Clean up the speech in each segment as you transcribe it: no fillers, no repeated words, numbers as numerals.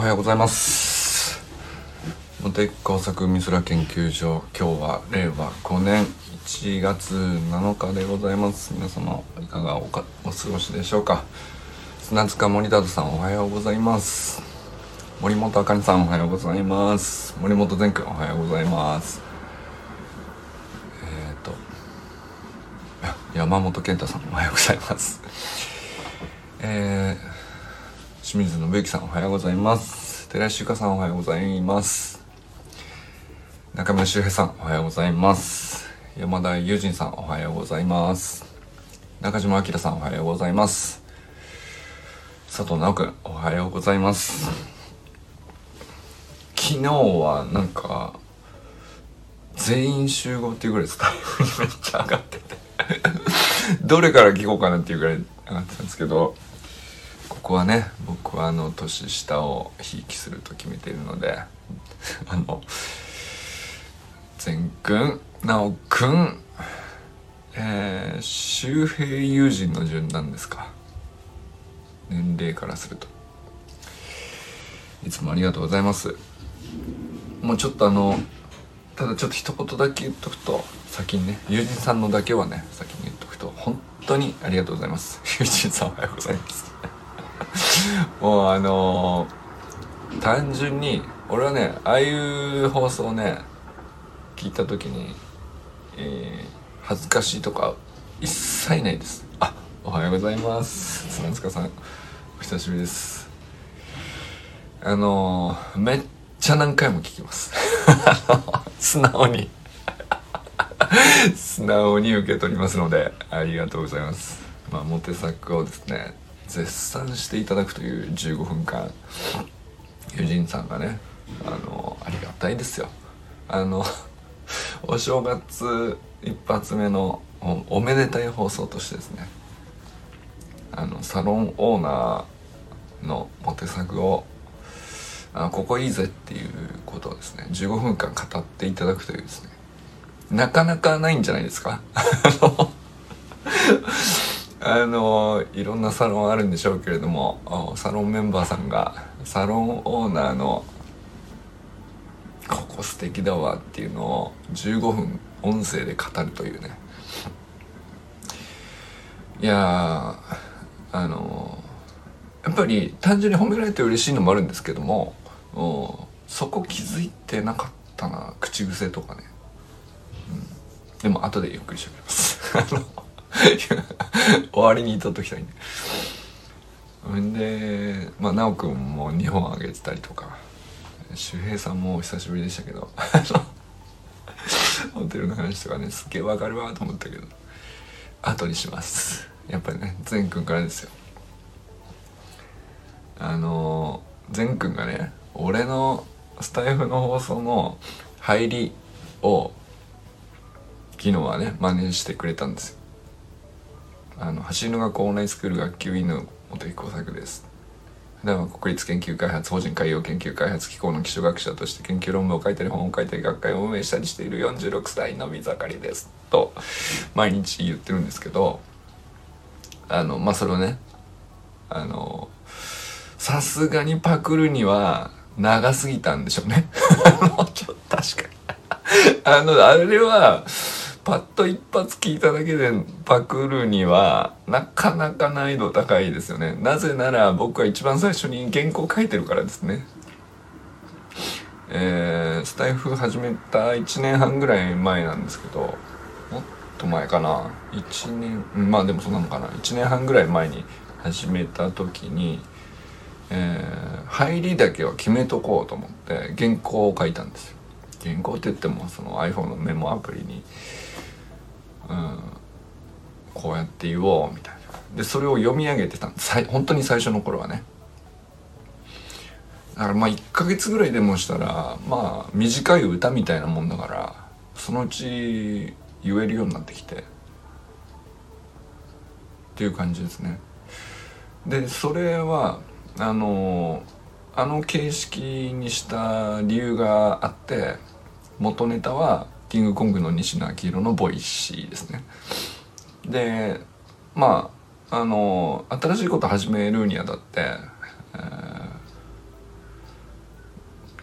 はようございます。茂木工作美空研究所、今日は令和5年1月7日でございます。皆様いかがお過ごしでしょうか。砂塚森田さんおはようございます。森本あかねさんおはようございます。森本善くんおはようございます。山本健太さんおはようございます。清水信之さんおはようございます。寺石由香さんおはようございます。中村修平さんおはようございます。山田友人さんおはようございます。中島明さんおはようございます。佐藤直くんおはようございます。昨日はなんか全員集合っていうぐらいスタイルにめっちゃ上がっててどれから聞こうかなっていうぐらい上がってたんですけど、ここはね、僕は年下をひいきすると決めているので善くん、直くん、周平友人の順なんですか、年齢からすると。いつもありがとうございます。もうちょっとただちょっと一言だけ言っとくと、先にね、友人さんのだけはね先に言っとくと、本当にありがとうございます。友人さんおはようございますもう単純に俺はね、ああいう放送をね聞いた時に、恥ずかしいとか一切ないです。おはようございます。砂塚さんお久しぶりです。めっちゃ何回も聞きます素直に素直に受け取りますのでありがとうございます。モテ作をですね絶賛していただくという15分間、友人さんがねありがたいですよ。お正月一発目の おめでたい放送としてですね、サロンオーナーのモテ作をここいいぜっていうことをですね15分間語っていただくというですね、なかなかないんじゃないですかいろんなサロンあるんでしょうけれども、サロンメンバーさんがサロンオーナーのここ素敵だわっていうのを15分音声で語るというね。いややっぱり単純に褒められて嬉しいのもあるんですけども、そこ気づいてなかったな、口癖とかね、でも後でゆっくりしゃべります終わりに言っときたいんで、直くんも2本あげてたりとか、周平さんも久しぶりでしたけどホテルの話とかね、すっげえわかるわと思ったけど後にします。やっぱりね、善くんからですよ。善くんがね、俺のスタイフの放送の入りを昨日はね真似してくれたんですよ。走りの学校オンラインスクール学級委員の茂木耕作です。普段は国立研究開発法人海洋研究開発機構の基礎学者として研究論文を書いたり本を書いたり学会を運営したりしている46歳のみ盛りですと毎日言ってるんですけど、それをねさすがにパクるには長すぎたんでしょうねちょっと確かにあれはパッと一発聞いただけでパクるにはなかなか難易度高いですよね。なぜなら僕は一番最初に原稿書いてるからですね。スタイフ始めた1年半ぐらい前なんですけど、もっと前かな、1年でもそんなのかな、1年半ぐらい前に始めた時に、入りだけは決めとこうと思って原稿を書いたんですよ。原稿って言ってもその iPhone のメモアプリにこうやって言おうみたいな。でそれを読み上げてたんです。本当に最初の頃はね。だから1ヶ月ぐらいでもしたら短い歌みたいなもんだから、そのうち言えるようになってきてっていう感じですね。でそれは形式にした理由があって、元ネタはキングコングの西野昭弘のボイシーですね。で新しいこと始めるにあたって、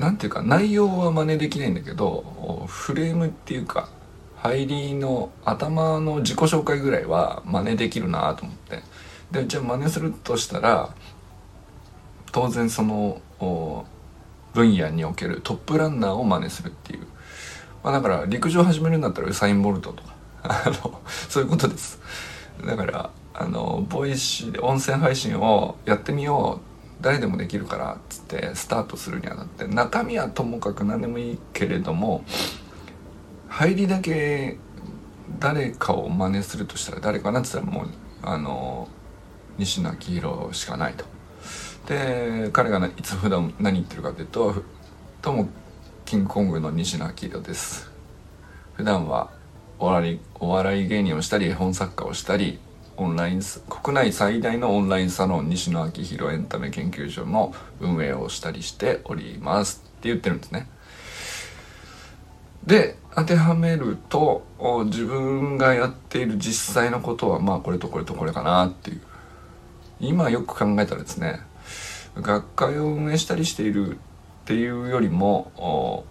なんていうか内容は真似できないんだけど、フレームっていうか入りの頭の自己紹介ぐらいは真似できるなと思って、でじゃあ真似するとしたら当然その分野におけるトップランナーを真似するっていう、だから陸上始めるんだったらウサイン・ボルトとかそういうことです。だからボイシーで音声配信をやってみよう、誰でもできるからっつってスタートするにあたって、中身はともかく何でもいいけれども入りだけ誰かを真似するとしたら誰かなって言ったらもう西野昭弘しかないと。で彼がいつ普段何言ってるかというと、どうもキングコングの西野昭弘です。普段はお笑い芸人をしたり絵本作家をしたり国内最大のオンラインサロン西野昭弘エンタメ研究所の運営をしたりしておりますって言ってるんですね。で当てはめると自分がやっている実際のことはこれとこれとこれかなっていう、今よく考えたらですね、学会を運営したりしているっていうよりも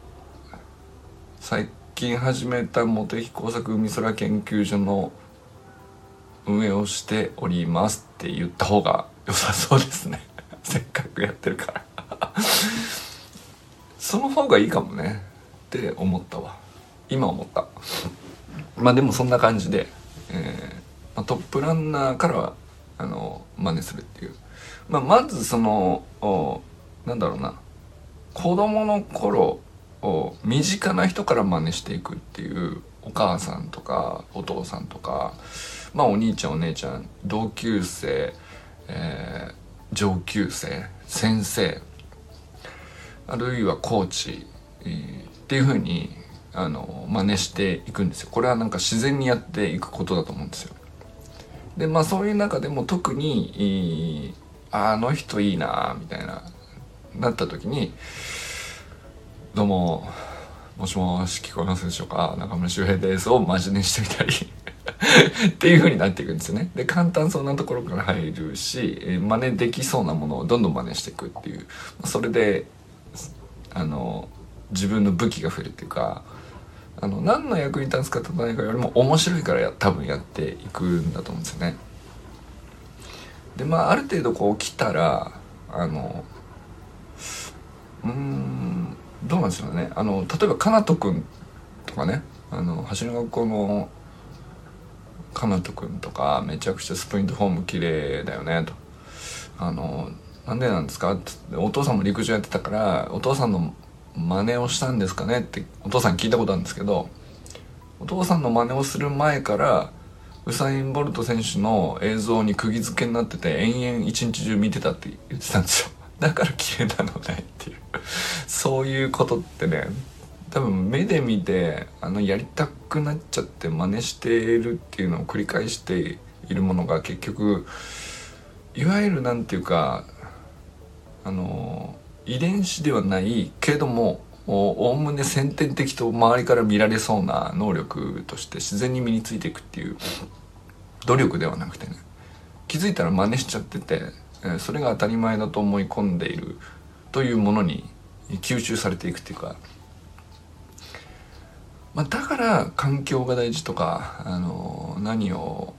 最近始めた茂木工作海空研究所の運営をしておりますって言った方が良さそうですねせっかくやってるからその方がいいかもねって思ったわ、今思った。でもそんな感じで、トップランナーからは真似するっていう、まずそのなんだろうな、子供の頃身近な人から真似していくっていう、お母さんとかお父さんとか、お兄ちゃんお姉ちゃん、同級生、上級生、先生、あるいはコーチ、っていう風に真似していくんですよ。これはなんか自然にやっていくことだと思うんですよ。でそういう中でも特にあの人いいなみたいなった時に、どうももしもし聞こえますでしょうか、中村修平ですを真似してみたりっていう風になっていくんですよね。で簡単そうなところから入るし、真似できそうなものをどんどん真似していくっていう、それで自分の武器が増えるっていうか、何の役に立つか立たないかよりも面白いから多分やっていくんだと思うんですよね。である程度こう来たらどうなんですよね。例えばかなとくんとかね、走りの学校のかなとくんとかめちゃくちゃスプリントフォーム綺麗だよねと、なんでなんですかって、お父さんも陸上やってたからお父さんの真似をしたんですかねってお父さんに聞いたことあるんですけど、お父さんの真似をする前からウサイン・ボルト選手の映像に釘付けになってて延々一日中見てたって言ってたんですよ。だから綺麗なのねっていうそういうことってね、多分目で見てやりたくなっちゃって真似しているっていうのを繰り返しているものが結局いわゆるなんていうか遺伝子ではないけどもおおむね先天的と周りから見られそうな能力として自然に身についていくっていう努力ではなくてね、気づいたら真似しちゃってて、それが当たり前だと思い込んでいるというものに吸収されていくっていうか、だから環境が大事とか何を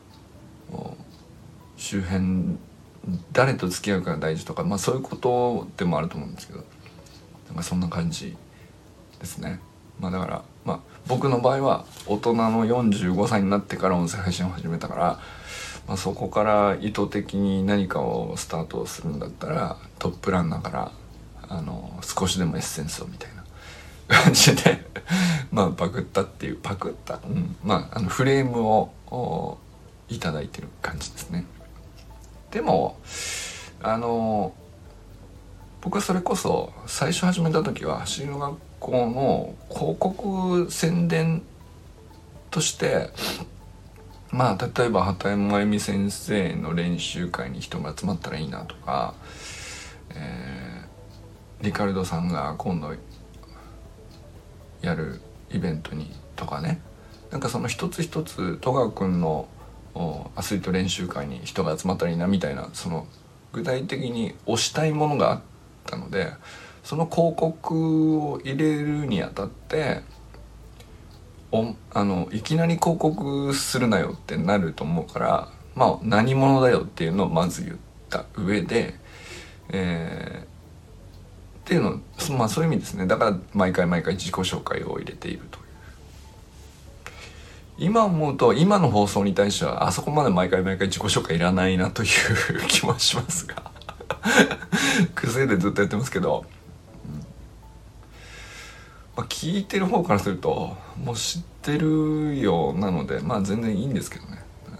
周辺誰と付き合うかが大事とか、そういうことでもあると思うんですけど、そんな感じですね。だから僕の場合は大人の45歳になってから音声配信を始めたから、そこから意図的に何かをスタートするんだったらトップランナーから少しでもエッセンスをみたいな感じでパクったっていうフレームをいただいてる感じですね。でも僕はそれこそ最初始めた時は走りの学校の広告宣伝として例えば畑山真由美先生の練習会に人が集まったらいいなとか、リカルドさんが今度やるイベントにとかね、その一つ一つ戸川君のアスリート練習会に人が集まったらいいなみたいな、その具体的に推したいものがあったので、 その広告を入れるにあたっていきなり広告するなよってなると思うから、まあ何者だよっていうのをまず言った上で、っていうの、まあそういう意味ですね。だから毎回自己紹介を入れているという。今思うと今の放送に対してはあそこまで毎回自己紹介いらないなという気もしますが癖でずっとやってますけど、まあ、聞いてる方からするともう知ってるようなので、まあ全然いいんですけどね。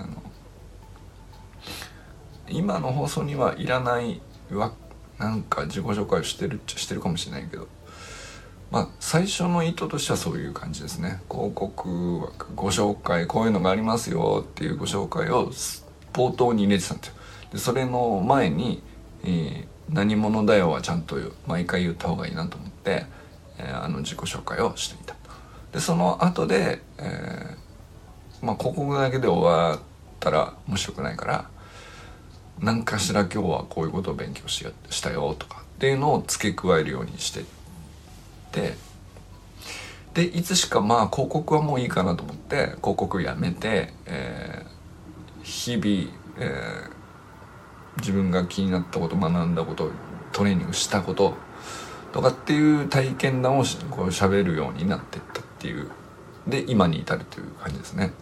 今の放送にはいらないなんか自己紹介をしてるっちゃしてるかもしれないけど、まあ最初の意図としてはそういう感じですね。広告枠ご紹介、こういうのがありますよっていうご紹介を冒頭に入れてたんですよ。でそれの前に、何者だよはちゃんと毎回言った方がいいなと思って、自己紹介をしていた。でその後で、まあ広告だけで終わったら面白くないから、何かしら今日はこういうことを勉強したよとかっていうのを付け加えるようにしてってでいつしかまあ広告はもういいかなと思って広告やめて、日々、自分が気になったこと学んだことトレーニングしたこととかっていう体験談をこう喋るようになっていったっていうで今に至るという感じですね。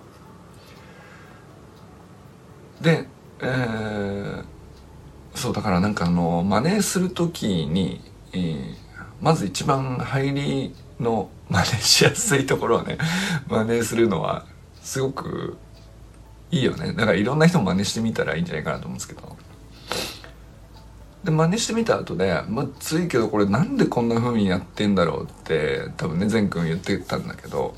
でそうだからなんか真似するときに、まず一番入りの真似しやすいところをね真似するのはすごくいいよね。だからいろんな人も真似してみたらいいんじゃないかなと思うんですけど、で真似してみた後で、まあ、ついけどこれなんでこんな風にやってんだろうって多分ね善くん言ってたんだけど、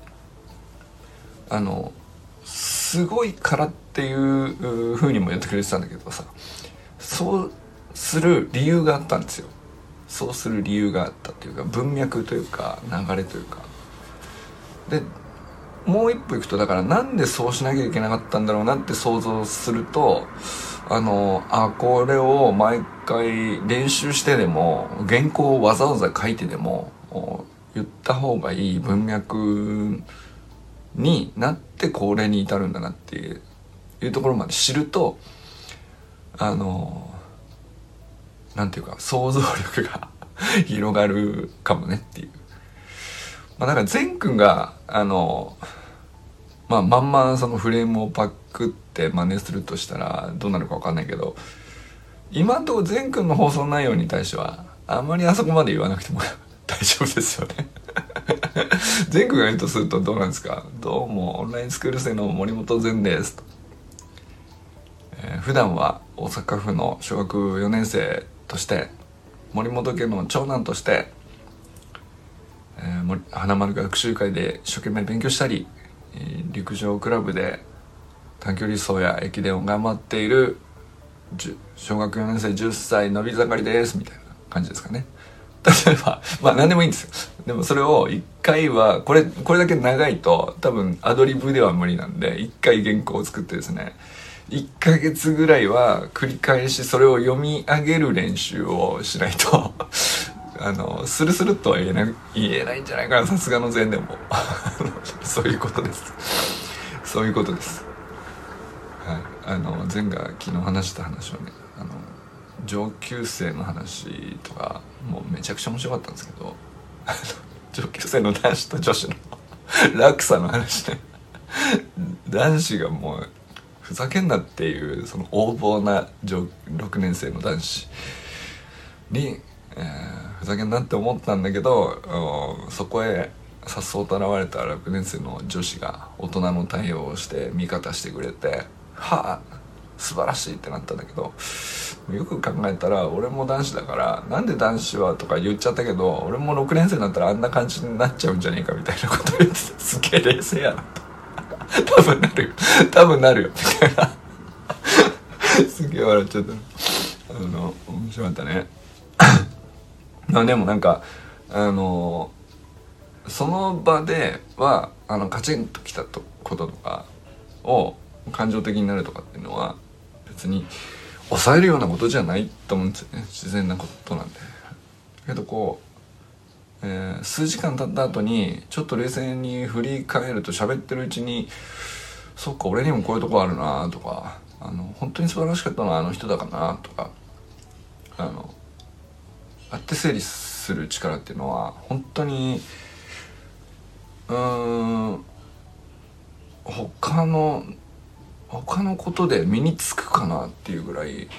すごいからっていう風にも言ってくれてたんだけどさ、そうする理由があったんですよ。そうする理由があったっていうか文脈というか流れというかで、もう一歩いくとだからなんでそうしなきゃいけなかったんだろうなって想像すると、これを毎回練習してでも原稿をわざわざ書いてでも言った方がいい文脈になってこれに至るんだなっていうところまで知ると、なんていうか想像力が広がるかもねっていう。まあだから善くんがまんまそのフレームをパクって真似するとしたらどうなるか分かんないけど、今んところ善くんの放送内容に対してはあんまりあそこまで言わなくても大丈夫ですよね善くんが言うとするとどうなんですか。どうもオンラインスクール生の森本善ですと、普段は大阪府の小学4年生として森本家の長男として、花丸学習会で一生懸命勉強したり、陸上クラブで短距離走や駅伝を頑張っている小学4年生10歳伸び盛りですみたいな感じですかね。例えばまあ何でもいいんですよ。でもそれを1回はこれだけ長いと多分アドリブでは無理なんで、1回原稿を作ってですね1ヶ月ぐらいは繰り返しそれを読み上げる練習をしないとスルスルっとは言えないんじゃないかな、さすがの禅でもそういうことです。そういうことです。はい、禅が昨日話した話はね、上級生の話とかもうめちゃくちゃ面白かったんですけど上級生の男子と女子の落差の話ね男子がもうふざけんなっていうその横暴な6年生の男子に、ふざけんなって思ったんだけど、そこへさっそうと現れた6年生の女子が大人の対応をして味方してくれて、はあ素晴らしいってなったんだけど、よく考えたら俺も男子だからなんで男子はとか言っちゃったけど、俺も6年生になったらあんな感じになっちゃうんじゃねえかみたいなこと言ってすげえ冷静やなと多分なるよみたいなすげえ笑っちゃった面白かったねでもなんかその場ではカチンときたこととかを感情的になるとかっていうのは別に抑えるようなことじゃないと思うんですよね。自然なことなんで。 けど数時間経った後にちょっと冷静に振り返ると、喋ってるうちに、そっか俺にもこういうとこあるなとか、本当に素晴らしかったのはあの人だかなとか、あって整理する力っていうのは本当に他のことで身につくかなっていうぐらい、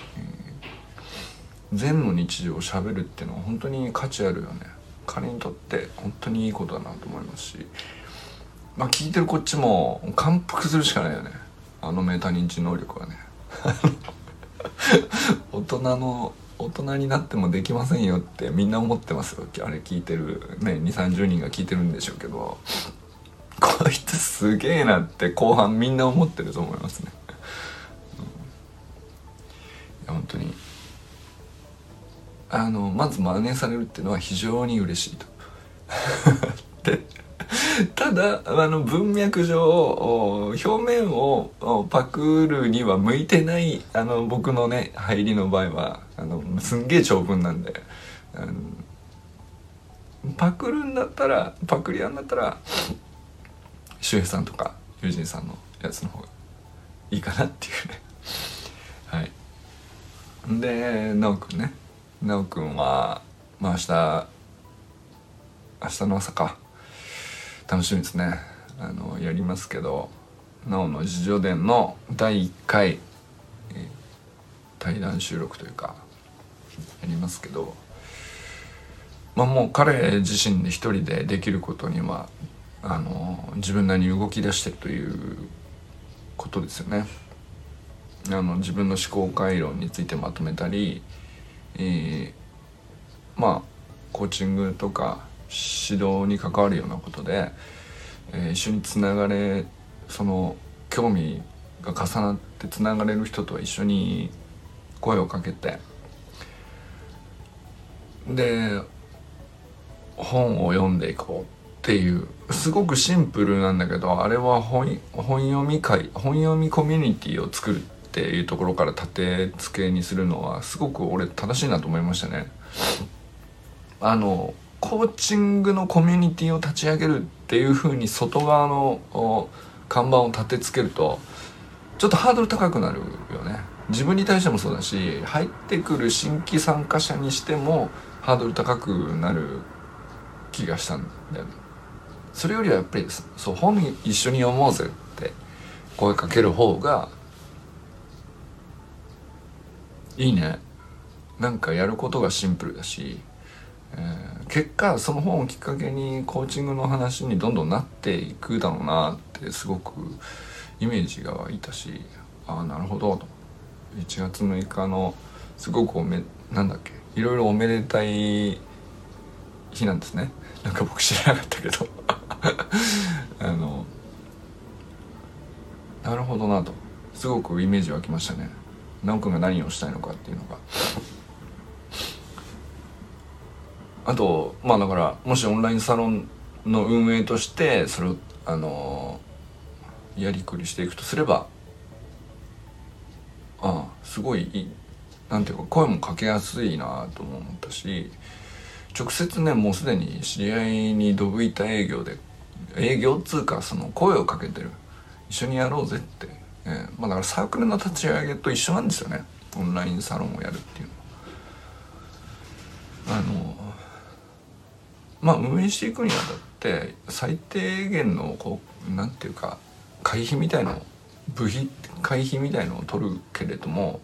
禅の日常を喋るっていうのは本当に価値あるよね。彼にとって本当にいいことだなと思いますし、聞いてるこっちも感服するしかないよね。メタ認知能力はね大人になってもできませんよってみんな思ってますよ。あれ聞いてるね、2、30人が聞いてるんでしょうけど、こいつすげえなって後半みんな思ってると思いますね。いや本当にまず真似されるっていうのは非常に嬉しいとで、ただ文脈上表面をパクるには向いてない僕のね入りの場合はすんげえ長文なんで、パクるんだったらパクリやんだったら周平さんとか友人さんのやつの方がいいかなっていうねはいでなおくんは明日の朝か楽しみですね。やりますけど、なおの自叙伝の第1回、対談収録というかやりますけど、もう彼自身で一人でできることには自分なりに動き出してるということですよね。自分の思考回路についてまとめたり、コーチングとか指導に関わるようなことで、一緒につながれ、その興味が重なってつながれる人と一緒に声をかけて、で本を読んでいこうっていう、すごくシンプルなんだけど、あれは本読みコミュニティを作るっていうところから立て付けにするのはすごく俺正しいなと思いましたね。コーチングのコミュニティを立ち上げるっていう風に外側の看板を立てつけるとちょっとハードル高くなるよね。自分に対してもそうだし、入ってくる新規参加者にしてもハードル高くなる気がしたんだよね。それよりはやっぱりそう、本一緒に読もうぜって声かける方がいいね。なんかやることがシンプルだし、結果その本をきっかけにコーチングの話にどんどんなっていくだろうなってすごくイメージが湧いたし、なるほどと。1月6日のすごくなんだっけ、いろいろおめでたい日なんですね。なんか僕知らなかったけどなるほどなとすごくイメージ湧きましたね。直くんが何をしたいのかっていうのが。あとだからもしオンラインサロンの運営としてそれをやりくりしていくとすれば、すごいなんていうか声もかけやすいなとも思ったし、直接ねもうすでに知り合いにドブ板営業っつうかその声をかけてる、一緒にやろうぜって、だからサークルの立ち上げと一緒なんですよね、オンラインサロンをやるっていうのは。運営していくにあたって最低限のなんていうか会費みたいの会費みたいのを取るけれども、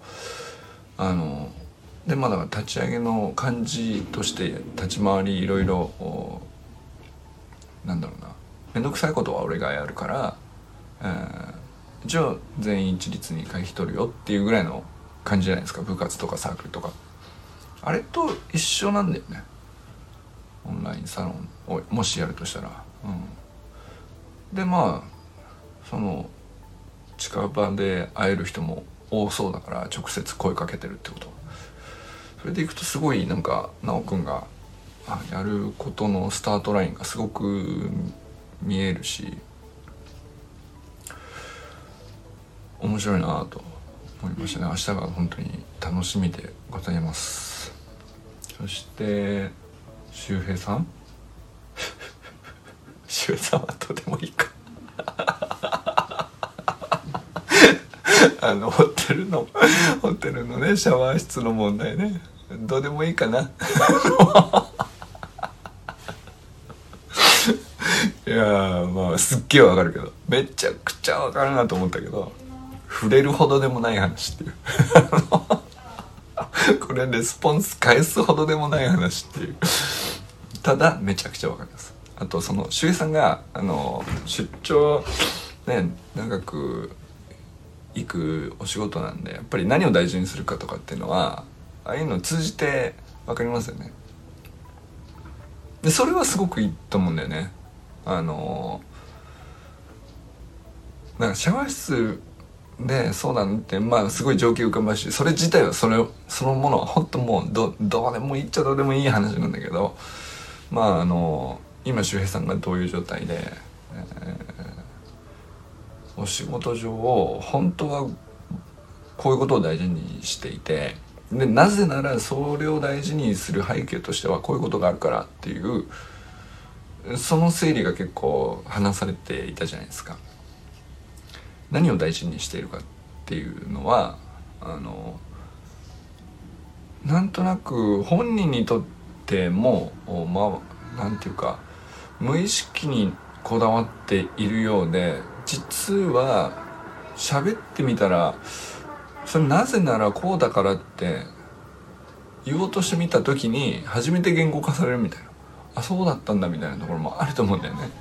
でだから立ち上げの感じとして立ち回りいろいろなんだろうな、めんどくさいことは俺がやるから、一応全員一律に会費取るよっていうぐらいの感じじゃないですか。部活とかサークルとかあれと一緒なんだよね、オンラインサロンをもしやるとしたら。でその近場で会える人も多そうだから直接声かけてるってこと、それでいくとすごいなんか直くんがやることのスタートラインがすごく見えるし面白いなと思いましたね。明日が本当に楽しみでございます。そして周平さん周平さんはどうでもいいかホテルのねシャワー室の問題ね、どうでもいいかいやー、まあすっげえわかるけど、めちゃくちゃわかるなと思ったけど、触れるほどでもない話っていうこれレスポンス返すほどでもない話っていう、ただめちゃくちゃわかります。あとその周平さんが出張ね長く行くお仕事なんで、やっぱり何を大事にするかとかっていうのはああいうのを通じて分かりますよね。でそれはすごくいいと思うんだよね。なんかシャワー室でそうなんて、まあすごい情景浮かばし、それ自体はそのものは本当もうどうでもいいっちゃどうでもいい話なんだけど、まあ今周平さんがどういう状態で、お仕事上を本当はこういうことを大事にしていて、でなぜならそれを大事にする背景としてはこういうことがあるからっていう、その整理が結構話されていたじゃないですか。何を大事にしているかっていうのはなんとなく本人にとってもまあなんていうか無意識にこだわっているようで、実は喋ってみたらそれなぜならこうだからって言おうとしてみた時に初めて言語化されるみたいな、あそうだったんだみたいなところもあると思うんだよね。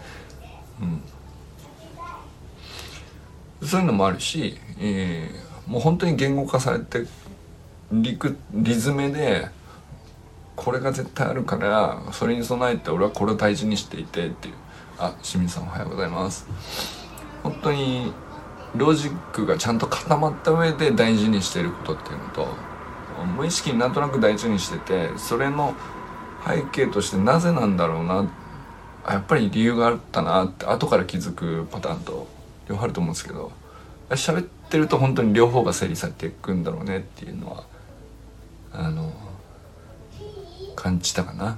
そういうのもあるし、もう本当に言語化されてリズムでこれが絶対あるからそれに備えて俺はこれを大事にしていてっていう、あ清水さんおはようございます。本当にロジックがちゃんと固まった上で大事にしていることっていうのと、無意識になんとなく大事にしてて、それの背景としてなぜなんだろうな、やっぱり理由があったなって後から気づくパターンと両方あると思うんですけど、喋ってると本当に両方が整理されていくんだろうねっていうのは感じたかな。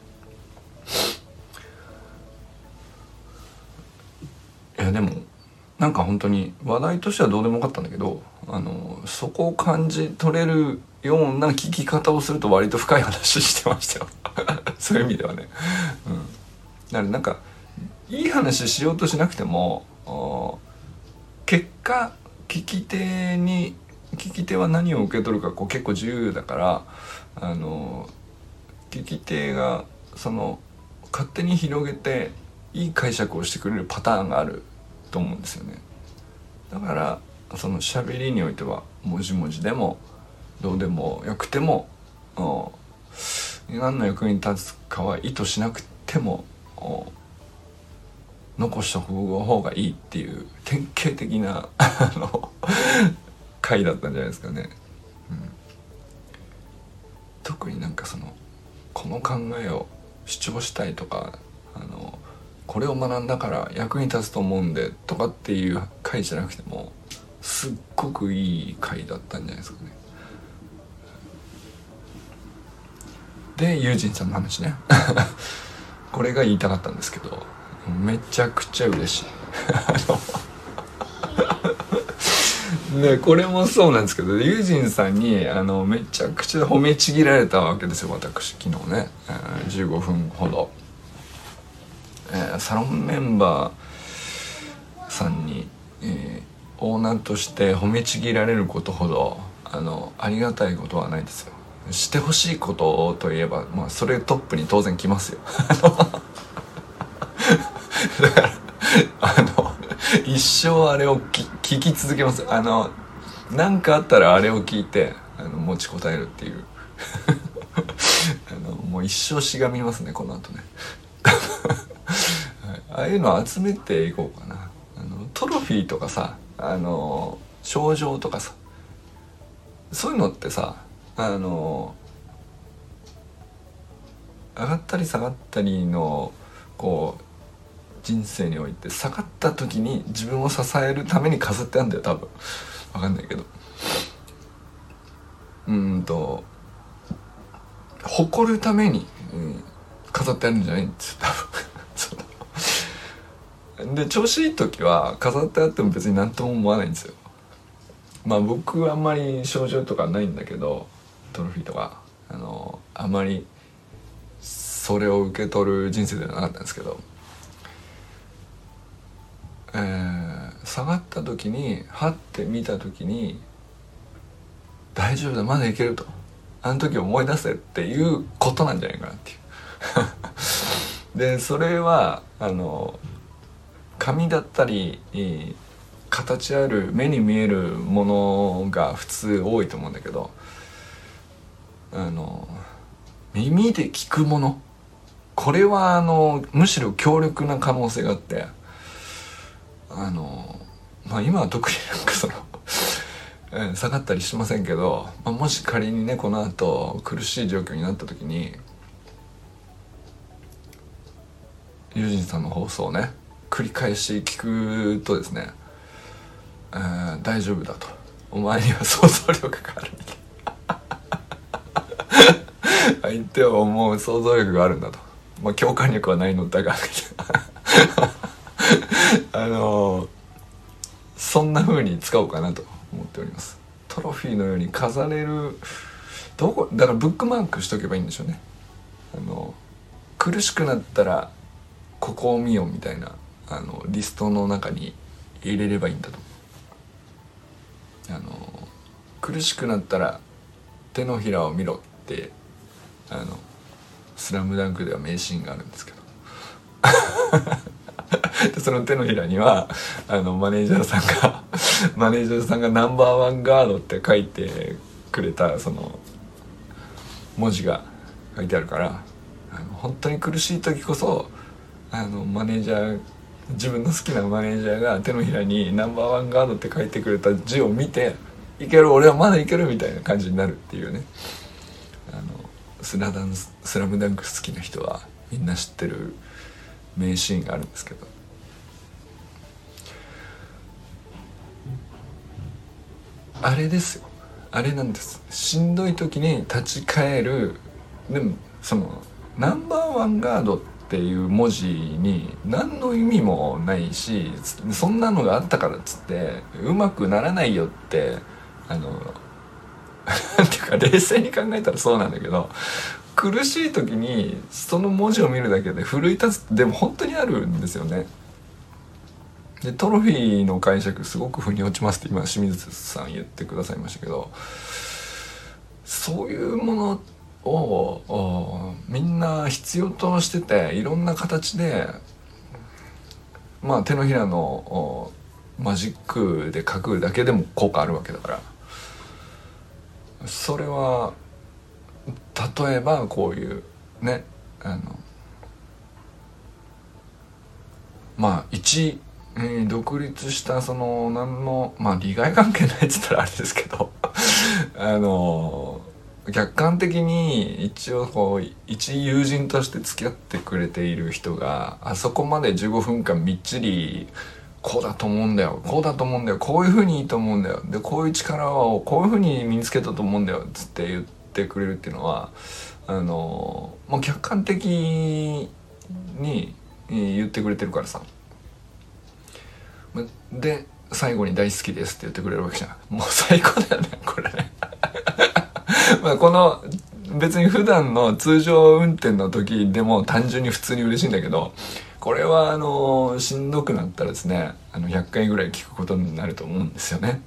いやでもなんか本当に話題としてはどうでもよかったんだけど、そこを感じ取れるような聞き方をすると割と深い話してましたよそういう意味ではね、だからなんかいい話しようとしなくても結果聞き手は何を受け取るかこう結構自由だから、聞き手がその勝手に広げていい解釈をしてくれるパターンがあると思うんですよね。だからその喋りにおいては文字文字でもどうでもよくても何の役に立つかは意図しなくても残した方がいいっていう典型的な回だったんじゃないですかね。特になんかこの考えを主張したいとかこれを学んだから役に立つと思うんでとかっていう回じゃなくてもすっごくいい回だったんじゃないですかね。でユージンさんの話ねこれが言いたかったんですけど、めちゃくちゃ嬉しいね、これもそうなんですけど、ユージンさんにめちゃくちゃ褒めちぎられたわけですよ、私昨日ね、15分ほど、サロンメンバーさんに、オーナーとして褒めちぎられることほどありがたいことはないですよ。してほしいことといえば、まあ、それトップに当然来ますよだから一生あれを聞き続けます。何かあったらあれを聞いて持ちこたえるっていうもう一生しがみますねこの後ねああいうのを集めていこうかな。トロフィーとかさ賞状とかさ、そういうのってさ上がったり下がったりのこう人生において、下がった時に自分を支えるために飾ってあるんだよ多分。分かんないけど誇るために、 飾ってあるんじゃないんですよ多分で調子いい時は飾ってあっても別に何とも思わないんですよ。まあ僕はあんまり症状とかないんだけど、トロフィーとかあまりそれを受け取る人生ではなかったんですけど、下がった時にはって見た時に大丈夫だまだいけると、あの時思い出せっていうことなんじゃないかなっていうでそれは紙だったり形ある目に見えるものが普通多いと思うんだけど、耳で聞くもの、これはむしろ強力な可能性があって、まあ今は特になんか下がったりしませんけど、まあ、もし仮にねこの後苦しい状況になった時にユージンさんの放送をね繰り返し聞くとですね、大丈夫だと、お前には想像力があるみたいな相手を思う想像力があるんだと、まあ共感力はないのだがそんな風に使おうかなと思っております。トロフィーのように飾れるどこだからブックマークしとけばいいんでしょうね。苦しくなったらここを見ようみたいなリストの中に入れればいいんだと。苦しくなったら手のひらを見ろってスラムダンクでは名シーンがあるんですけどでその手のひらにはマネージャーさんがナンバーワンガードって書いてくれたその文字が書いてあるから、本当に苦しい時こそマネージャー、自分の好きなマネージャーが手のひらにナンバーワンガードって書いてくれた字を見て、いける、俺はまだいけるみたいな感じになるっていうね。スラムダンク好きな人はみんな知ってる名シーンがあるんですけど、あれですよ、あれなんです。しんどい時に立ち返る。でもそのナンバーワンガードっていう文字に何の意味もないし、そんなのがあったからっつってうまくならないよってなんていうか冷静に考えたらそうなんだけど、苦しい時にその文字を見るだけで奮い立つってでも本当にあるんですよね。でトロフィーの解釈すごく腑に落ちますって今清水さん言ってくださいましたけど、そういうものをみんな必要としてて、いろんな形でまあ手のひらのマジックで書くだけでも効果あるわけだから、それは例えばこういうねまあ独立したその何のまあ利害関係ないって言ったらあれですけど客観的に一応こう一友人として付き合ってくれている人があそこまで15分間みっちりこうだと思うんだよ、こうだと思うんだよ、こういう風にいいと思うんだよ、でこういう力をこういう風に身につけたと思うんだよつって言ってくれるっていうのはもう客観的に言ってくれてるからさ。で最後に大好きですって言ってくれるわけじゃん。もう最高だよねこれねまあこの別に普段の通常運転の時でも単純に普通に嬉しいんだけど、これはしんどくなったらですね100回ぐらい聞くことになると思うんですよね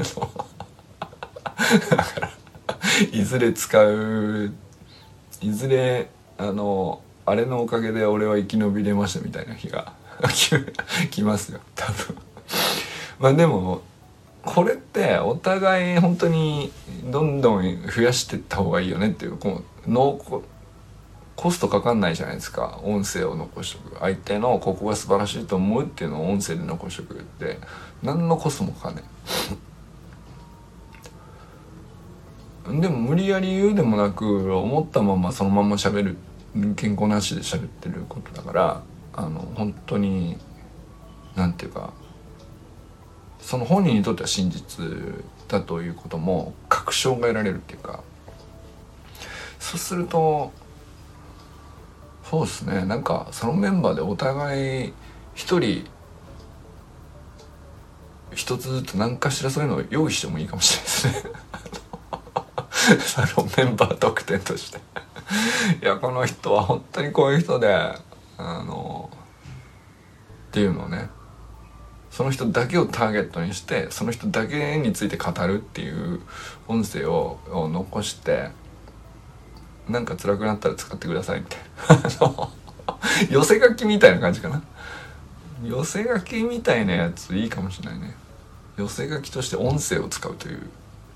だからいずれ使う、いずれあれのおかげで俺は生き延びれましたみたいな日が来ますよ多分まあでもこれってお互い本当にどんどん増やしていった方がいいよねっていう、このコストかかんないじゃないですか。音声を残しとく、相手のここが素晴らしいと思うっていうのを音声で残しとくって何のコストもかかんないでも無理やり言うでもなく思ったままそのまま喋る、健康なしで喋ってることだから本当になんていうかその本人にとっては真実だということも確証が得られるっていうか、そうするとそうですね、なんかそのメンバーでお互い一人一つずつ何かしらそういうのを用意してもいいかもしれないですねそのメンバー特典としていやこの人は本当にこういう人でっていうのをね、その人だけをターゲットにしてその人だけについて語るっていう音声を残して、なんか辛くなったら使ってくださいみたいな寄せ書きみたいな感じかな。寄せ書きみたいなやついいかもしれないね。寄せ書きとして音声を使うという、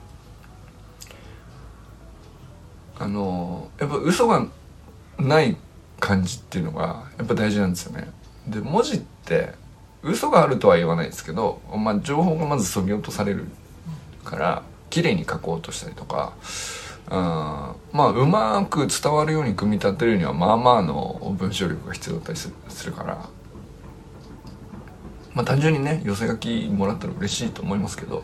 やっぱ嘘がない感じっていうのがやっぱ大事なんですよね。で文字って嘘があるとは言わないですけど、まあ、情報がまず削ぎ落とされるから綺麗に書こうとしたりとか、まあうまく伝わるように組み立てるにはまあまあの文章力が必要だったりするから、まあ単純にね寄せ書きもらったら嬉しいと思いますけど、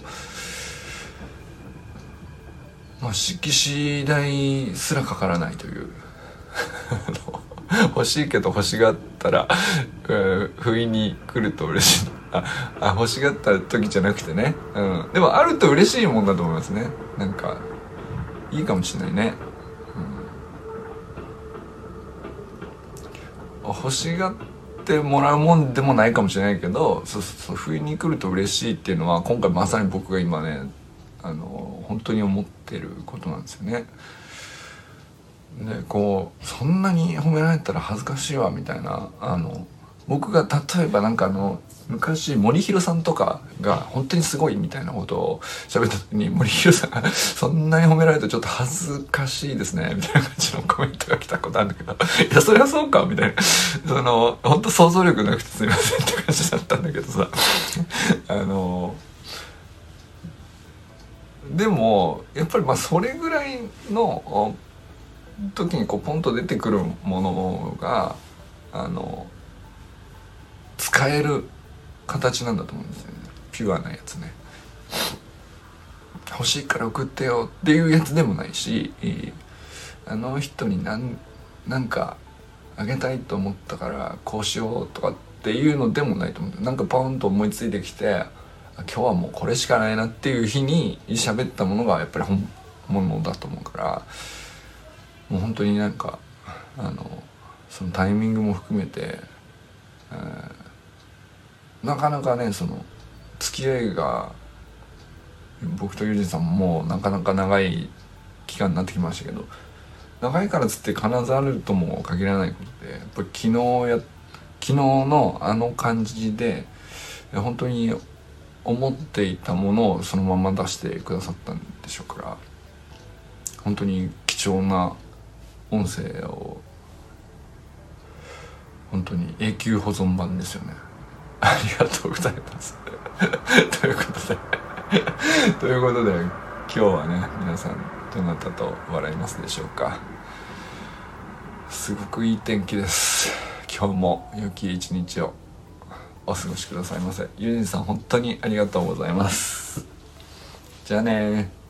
まあ色紙代すらかからないという欲しいけど欲しがったら、不意に来ると嬉しい。欲しがった時じゃなくてね、でもあると嬉しいもんだと思いますね。なんかいいかもしれないね、欲しがってもらうもんでもないかもしれないけど、そう不意に来ると嬉しいっていうのは今回まさに僕が今ね本当に思ってることなんですよね。でこうそんなに褒められたら恥ずかしいわみたいな、僕が例えばなんか昔森弘さんとかが本当にすごいみたいなことを喋った時に森弘さんがそんなに褒められるとちょっと恥ずかしいですねみたいな感じのコメントが来たことあるんだけどいやそれはそうかみたいな、本当想像力なくてすいませんって感じだったんだけどさでもやっぱりまあそれぐらいの時にこうポンと出てくるものが使える形なんだと思うんですよね。ピュアなやつね。欲しいから送ってよっていうやつでもないし、あの人になんかあげたいと思ったからこうしようとかっていうのでもないと思う。なんかポンと思いついてきて今日はもうこれしかないなっていう日に喋ったものがやっぱり本物だと思うから、もう本当になんかそのタイミングも含めて、なかなかねその付き合いが僕とユージンさんもなかなか長い期間になってきましたけど、長いからつって必ずあるとも限らないことで、やっぱり昨日のあの感じで本当に思っていたものをそのまま出してくださったんでしょうから、本当に貴重な音声を本当に永久保存版ですよね。ありがとうございますということでということで今日はね皆さんどなたと笑いますでしょうか。すごくいい天気です。今日も良き一日をお過ごしくださいませ。ユージンさん本当にありがとうございます。じゃあね。